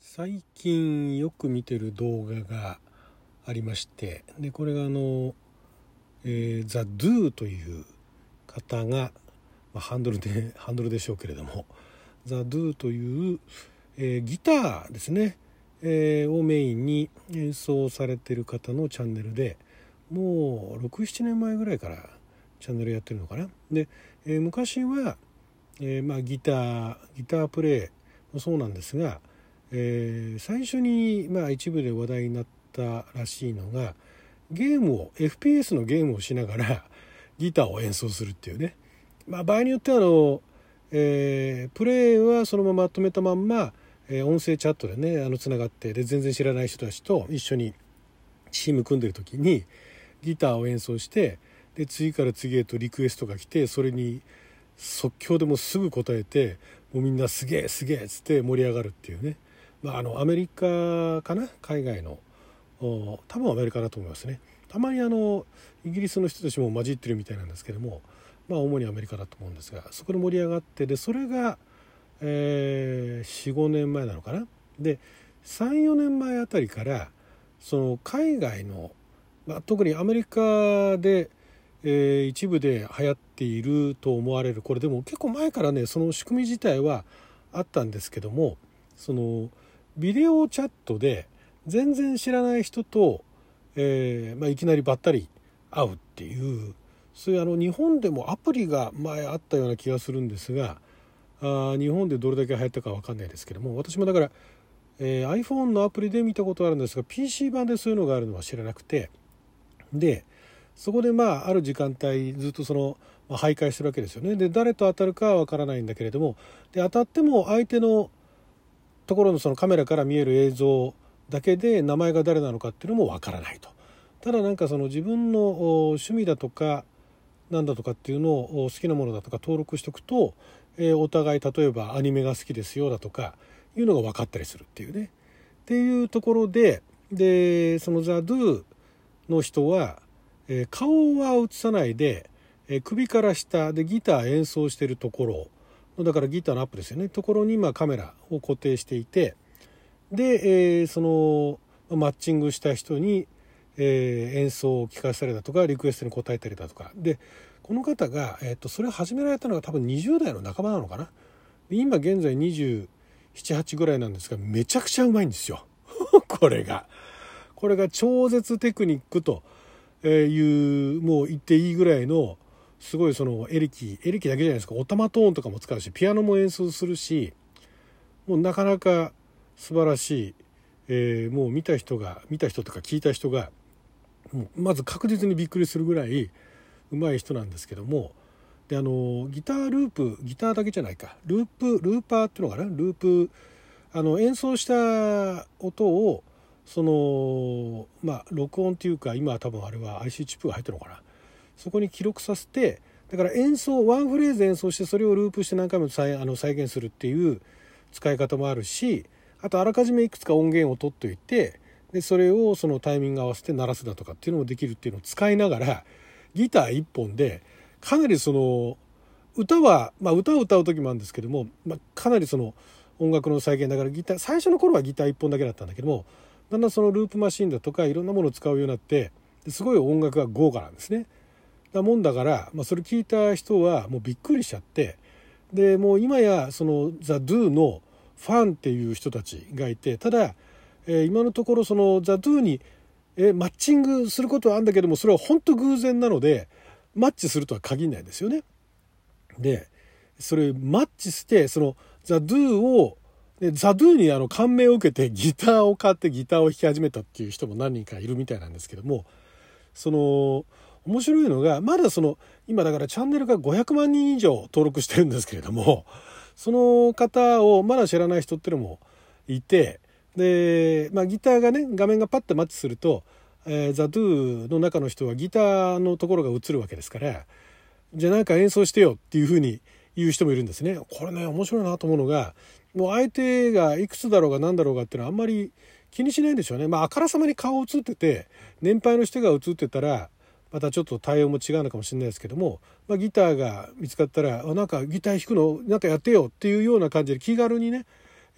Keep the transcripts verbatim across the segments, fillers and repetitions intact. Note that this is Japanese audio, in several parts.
最近よく見てる動画がありまして、でこれがあの、えー、ザ・ドゥという方が、まあ、ハンドルでハンドルでしょうけれども、ザ・ドゥという、えー、ギターですね、えー、をメインに演奏されている方のチャンネルで、もうろく、ななねんまえぐらいからチャンネルやってるのかな。で、えー、昔は、えーまあ、ギターギタープレイもそうなんですが、えー、最初に、まあ、一部で話題になったらしいのが、ゲームを エフピーエス のゲームをしながらギターを演奏するっていうね、まあ、場合によってはあの、えー、プレイはそのまま止めたまんま、えー、音声チャットでねあのつながって、で全然知らない人たちと一緒にチーム組んでる時にギターを演奏して、で次から次へとリクエストが来て、それに即興でもすぐ答えて、もうみんなすげえすげえっつって盛り上がるっていうね、まあ、あのアメリカかな、海外の多分アメリカだと思いますね。たまにあのイギリスの人たちも混じってるみたいなんですけども、まあ主にアメリカだと思うんですが、そこで盛り上がって、でそれが、えー、よん、ごねんまえなのかな。でさん、よねんまえあたりからその海外の、まあ、特にアメリカで、えー、一部で流行っていると思われる、これでも結構前からねその仕組み自体はあったんですけども、そのビデオチャットで全然知らない人と、えーまあ、いきなりばったり会うっていう、そういうあの日本でもアプリが前あったような気がするんですが、あ日本でどれだけ流行ったか分かんないですけども、私もだから、えー、iPhone のアプリで見たことあるんですが、 ピーシー 版でそういうのがあるのは知らなくて、でそこでまあある時間帯ずっとその、まあ、徘徊してるわけですよね。で誰と当たるかは分からないんだけれども、で当たっても相手のところのそのカメラから見える映像だけで名前が誰なのかっていうのもわからないと。ただなんかその自分の趣味だとかなんだとかっていうのを好きなものだとか登録しておくと、えー、お互い例えばアニメが好きですよだとかいうのが分かったりするっていうね、っていうところで、でそのザ・ドゥの人は、えー、顔は映さないで、えー、首から下でギター演奏してるところ、だからギターのアップですよね、ところにまあカメラを固定していて、で、えー、そのマッチングした人に、えー、演奏を聴かせたりだとかリクエストに答えたりだとかで、この方が、えー、とそれを始められたのが多分にじゅう代の半ばなのかな。で今現在にじゅうなな、はちぐらいなんですが、めちゃくちゃうまいんですよこれがこれが超絶テクニックというもう言っていいぐらいのすごい、そのエレキエレキだけじゃないですか、オタマトーンとかも使うしピアノも演奏するし、もうなかなか素晴らしい、えー、もう見た人が見た人とか聞いた人がもうまず確実にびっくりするぐらい上手い人なんですけども、であのギターループギターだけじゃないか、ループルーパーっていうのかな、ループあの演奏した音をそのまあ録音っていうか、今は多分あれは アイシー チップが入ってるのかな、そこに記録させて、だから演奏ワンフレーズ演奏してそれをループして何回も再あの再現するっていう使い方もあるし、あとあらかじめいくつか音源を取っておいて、でそれをそのタイミング合わせて鳴らすだとかっていうのもできるっていうのを使いながら、ギター一本でかなりその歌は、まあ、歌を歌う時もあるんですけども、まあ、かなりその音楽の再現だから、ギター最初の頃はギター一本だけだったんだけども、だんだんそのループマシンだとかいろんなものを使うようになって、すごい音楽が豪華なんですね。だもんだから、まあ、それ聞いた人はもうびっくりしちゃって、でもう今やそのザ・ドゥのファンっていう人たちがいて、ただ、えー、今のところそのザ・ドゥに、えー、マッチングすることはあるんだけども、それは本当偶然なのでマッチするとは限らないんですよね。でそれマッチしてそのザ・ドゥをでザ・ドゥにあの感銘を受けてギターを買ってギターを弾き始めたっていう人も何人かいるみたいなんですけども、その面白いのが、まだその今だからチャンネルがごひゃくまんにん以上登録してるんですけれども、その方をまだ知らない人っていうのもいて、で、まあ、ギターがね画面がパッとマッチすると、えー、ザ・ドゥの中の人はギターのところが映るわけですから、じゃあなんか演奏してよっていうふうに言う人もいるんですね。これね面白いなと思うのが、もう相手がいくつだろうが何だろうがっていうのはあんまり気にしないんでしょうね。まああからさまに顔映ってて年配の人が映ってたらまたちょっと対応も違うのかもしれないですけども、まあ、ギターが見つかったら、あなんかギター弾くのなんかやってよっていうような感じで気軽にね、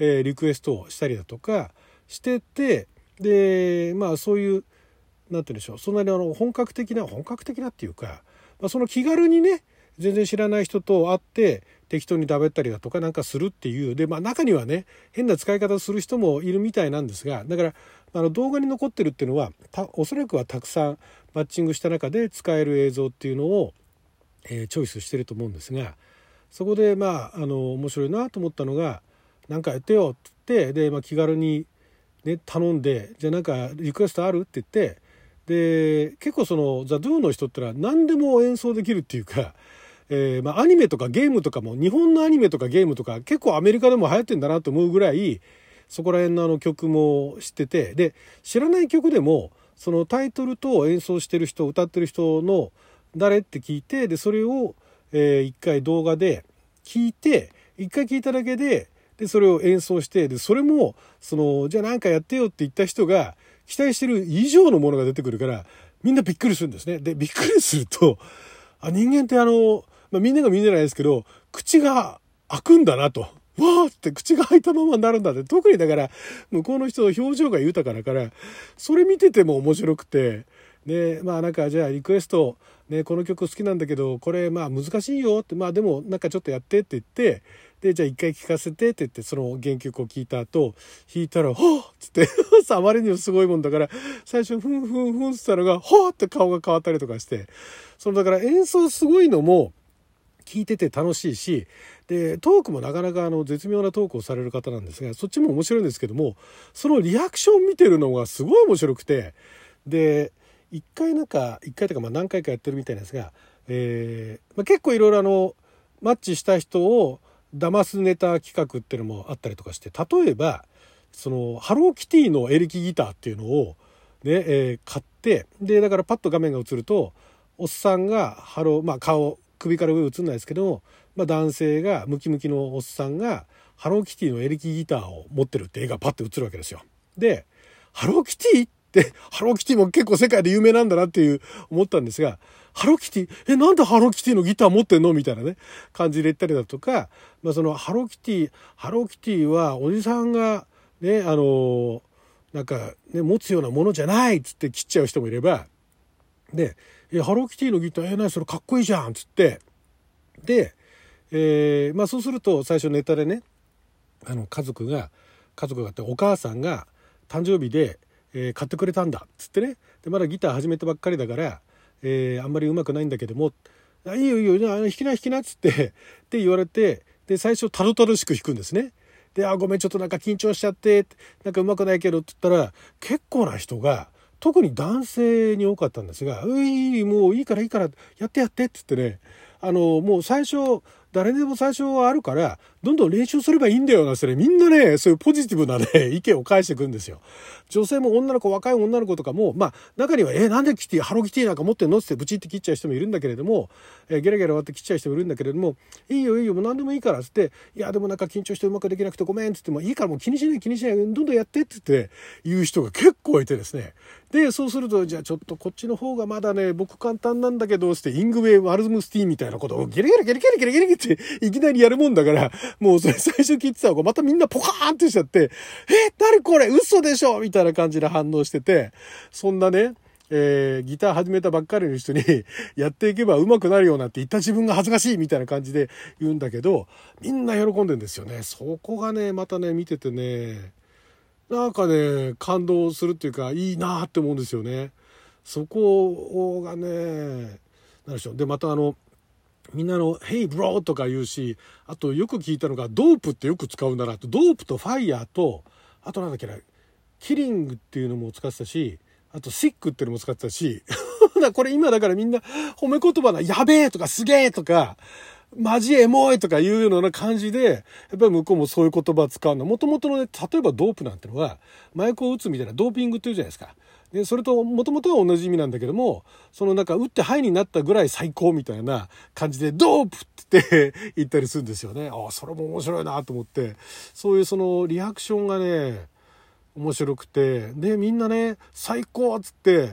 えー、リクエストをしたりだとかしてて、でまあそういうなんて言うんでしょう、そんなにあの本格的な本格的なっていうか、まあ、その気軽にね全然知らない人と会って適当に食べったりだとかなんかするっていうで、まあ、中にはね変な使い方をする人もいるみたいなんですが、だからあの動画に残ってるっていうのはたおそらくはたくさんマッチングした中で使える映像っていうのを、えー、チョイスしてると思うんですが、そこでまああの面白いなと思ったのがなんかやってよって言ってで、まあ、気軽に、ね、頼んでじゃあなんかリクエストあるって言ってで結構そのザ・ドゥの人ってのは何でも演奏できるっていうか、えーまあ、アニメとかゲームとかも日本のアニメとかゲームとか結構アメリカでも流行ってんだなと思うぐらいそこら辺のあの曲も知ってて、で知らない曲でもそのタイトルと演奏してる人歌ってる人の誰って聞いてでそれを、えー、一回動画で聞いて一回聞いただけででそれを演奏してでそれもそのじゃあなんかやってよって言った人が期待してる以上のものが出てくるからみんなびっくりするんですね。でびっくりするとあ人間ってあの、まあ、みんながみんなじゃないですけど口が開くんだなと。わーって口が開いたままになるんだって。特にだから向こうの人の表情が豊かだからそれ見てても面白くてでまあなんかじゃあリクエスト、ね、この曲好きなんだけどこれまあ難しいよってまあでもなんかちょっとやってって言ってでじゃあ一回聴かせてって言ってその原曲を聴いた後弾いたら「はぁ!」っつってあまりにもすごいもんだから最初フンフンフンって言ったのが「はぁ!」って顔が変わったりとかしてそのだから演奏すごいのも聞いてて楽しいしでトークもなかなかあの絶妙なトークをされる方なんですがそっちも面白いんですけどもそのリアクション見てるのがすごい面白くてで一回なんか一回とかまあ何回かやってるみたいなんですが、えーまあ、結構いろいろあのマッチした人を騙すネタ企画っていうのもあったりとかして例えばそのハローキティのエレキギターっていうのをね、えー、買ってでだからパッと画面が映るとおっさんがハローまあ顔首から上映んないですけど、まあ、男性がムキムキのおっさんがハローキティのエレキギターを持ってるって絵がパッと映るわけですよ。でハローキティってハローキティも結構世界で有名なんだなっていう思ったんですがハローキティえなんでハローキティのギター持ってんのみたいなね感じで言ったりだとか、まあ、そのハローキティハローキティはおじさんがねあのなんかね持つようなものじゃないっつって切っちゃう人もいればでハローキティのギターえ何それかっこいいじゃんっつってで、えー、まあそうすると最初ネタでねあの家族が家族がってお母さんが誕生日で、えー、買ってくれたんだっつってねでまだギター始めたばっかりだから、えー、あんまり上手くないんだけどもあいいよいいよ弾きな弾きなっつってって言われてで最初たどたどしく弾くんですね。であごめんちょっとなんか緊張しちゃってなんか上手くないけどって言ったら結構な人が特に男性に多かったんですが「ういもういいからいいからやってやって」って言ってねあのもう最初誰でも最初はあるからどんどん練習すればいいんだよなってねみんなねそういうポジティブなね意見を返してくるんですよ。女性も女の子若い女の子とかもまあ中には「えなんでキティハローキティなんか持ってんの?」ってブチって切っちゃう人もいるんだけれども、えー、ゲラゲラ割って切っちゃう人もいるんだけれども「いいよいいよもう何でもいいから」っつって「いやでもなんか緊張してうまくできなくてごめん」っつっても「いいからもう気にしない気にしないどんどんやって」って言って言う人が結構いてですねでそうするとじゃあちょっとこっちの方がまだね僕簡単なんだけどってイングウェイ・ワルズムスティーンみたいなことをゲラゲラゲラゲラゲラゲラゲラっていきなりやるもんだからもうそれ最初聞いてたのがまたみんなポカーンってしちゃって「え何これ嘘でしょ」みたいな感じで反応しててそんなねえー、ギター始めたばっかりの人にやっていけば上手くなるようなって言った自分が恥ずかしいみたいな感じで言うんだけどみんな喜んでんですよね。そこがねまたね見ててねなんかね感動するっていうかいいなって思うんですよね。そこがねなんでしょう。でまたあのみんなの「Hey bro」とか言うしあとよく聞いたのがドープってよく使うんだなとドープとファイヤーとあとなんだっけなキリングっていうのも使ってたしあとシックっていうのも使ってたしこれ今だからみんな褒め言葉なやべえとかすげえとかマジエモいとかいうような感じでやっぱり向こうもそういう言葉使うのもともとのね例えばドープなんてのは麻薬を打つみたいなドーピングっていうじゃないですか。でそれともともとは同じ意味なんだけどもそのなんか打ってハイになったぐらい最高みたいな感じでドープって言ったりするんですよね。ああそれも面白いなと思ってそういうそのリアクションがね面白くてでみんなね最高っつって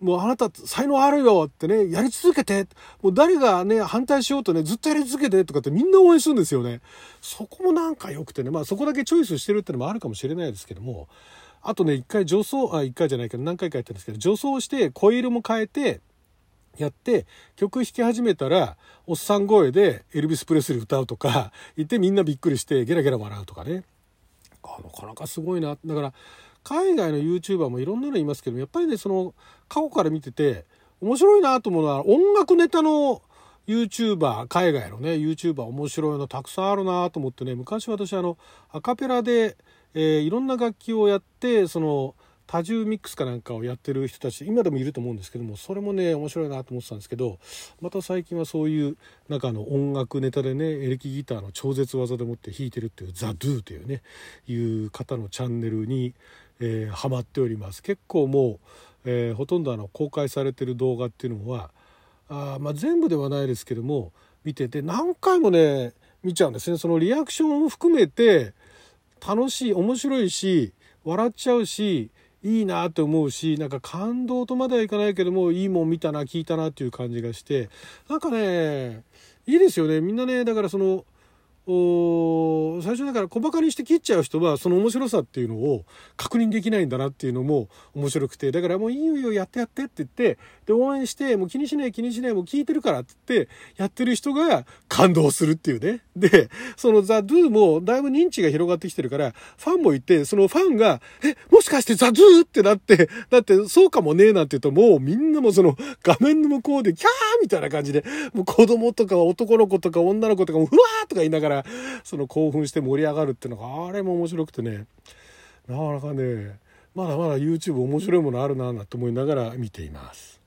もうあなた才能あるよってね、やり続けて、もう誰がね反対しようとね、ずっとやり続けてとかってみんな応援するんですよね。そこもなんか良くてね、まあそこだけチョイスしてるってのもあるかもしれないですけども、あとね一回女装、あ一回じゃないけど何回かやったんですけど、女装して声色も変えてやって曲弾き始めたらおっさん声でエルビス・プレスリー歌うとか言ってみんなびっくりしてゲラゲラ笑うとかね、なかなかすごいな。だから海外の YouTuber もいろんなのいますけど、やっぱりねその過去から見てて面白いなと思うのは音楽ネタの YouTuber、 海外のね YouTuber 面白いのたくさんあるなと思ってね、昔私あのアカペラで、えー、いろんな楽器をやってその多重ミックスかなんかをやってる人たち今でもいると思うんですけども、それもね面白いなと思ってたんですけど、また最近はそういう中の音楽ネタでねエレキギターの超絶技でもって弾いてるっていうザ・ドゥというねいう方のチャンネルに、えー、ハマっております。結構もう、えー、ほとんどあの公開されてる動画っていうのはあ、まあ、全部ではないですけども見てて何回もね見ちゃうんですね。そのリアクションを含めて楽しい、面白いし笑っちゃうしいいなと思うし、なんか感動とまではいかないけどもいいもん見たな聞いたなっていう感じがして、なんかねいいですよね。みんなねだからそのお最初だから小バカにして切っちゃう人はその面白さっていうのを確認できないんだなっていうのも面白くて、だからもういいよいいよやってやってって言ってで応援してもう気にしない気にしないもう聞いてるからって言ってやってる人が感動するっていうね。でそのザ・ドゥもだいぶ認知が広がってきてるからファンもいて、そのファンがえもしかしてザ・ドゥってなってだってそうかもねえなんて言うともうみんなもその画面の向こうでキャーみたいな感じでもう子供とか男の子とか女の子とかもうわーとか言いながらその興奮して盛り上がるっていうのがあれも面白くてね、なかなかねまだまだ YouTube 面白いものあるなと思いながら見ています。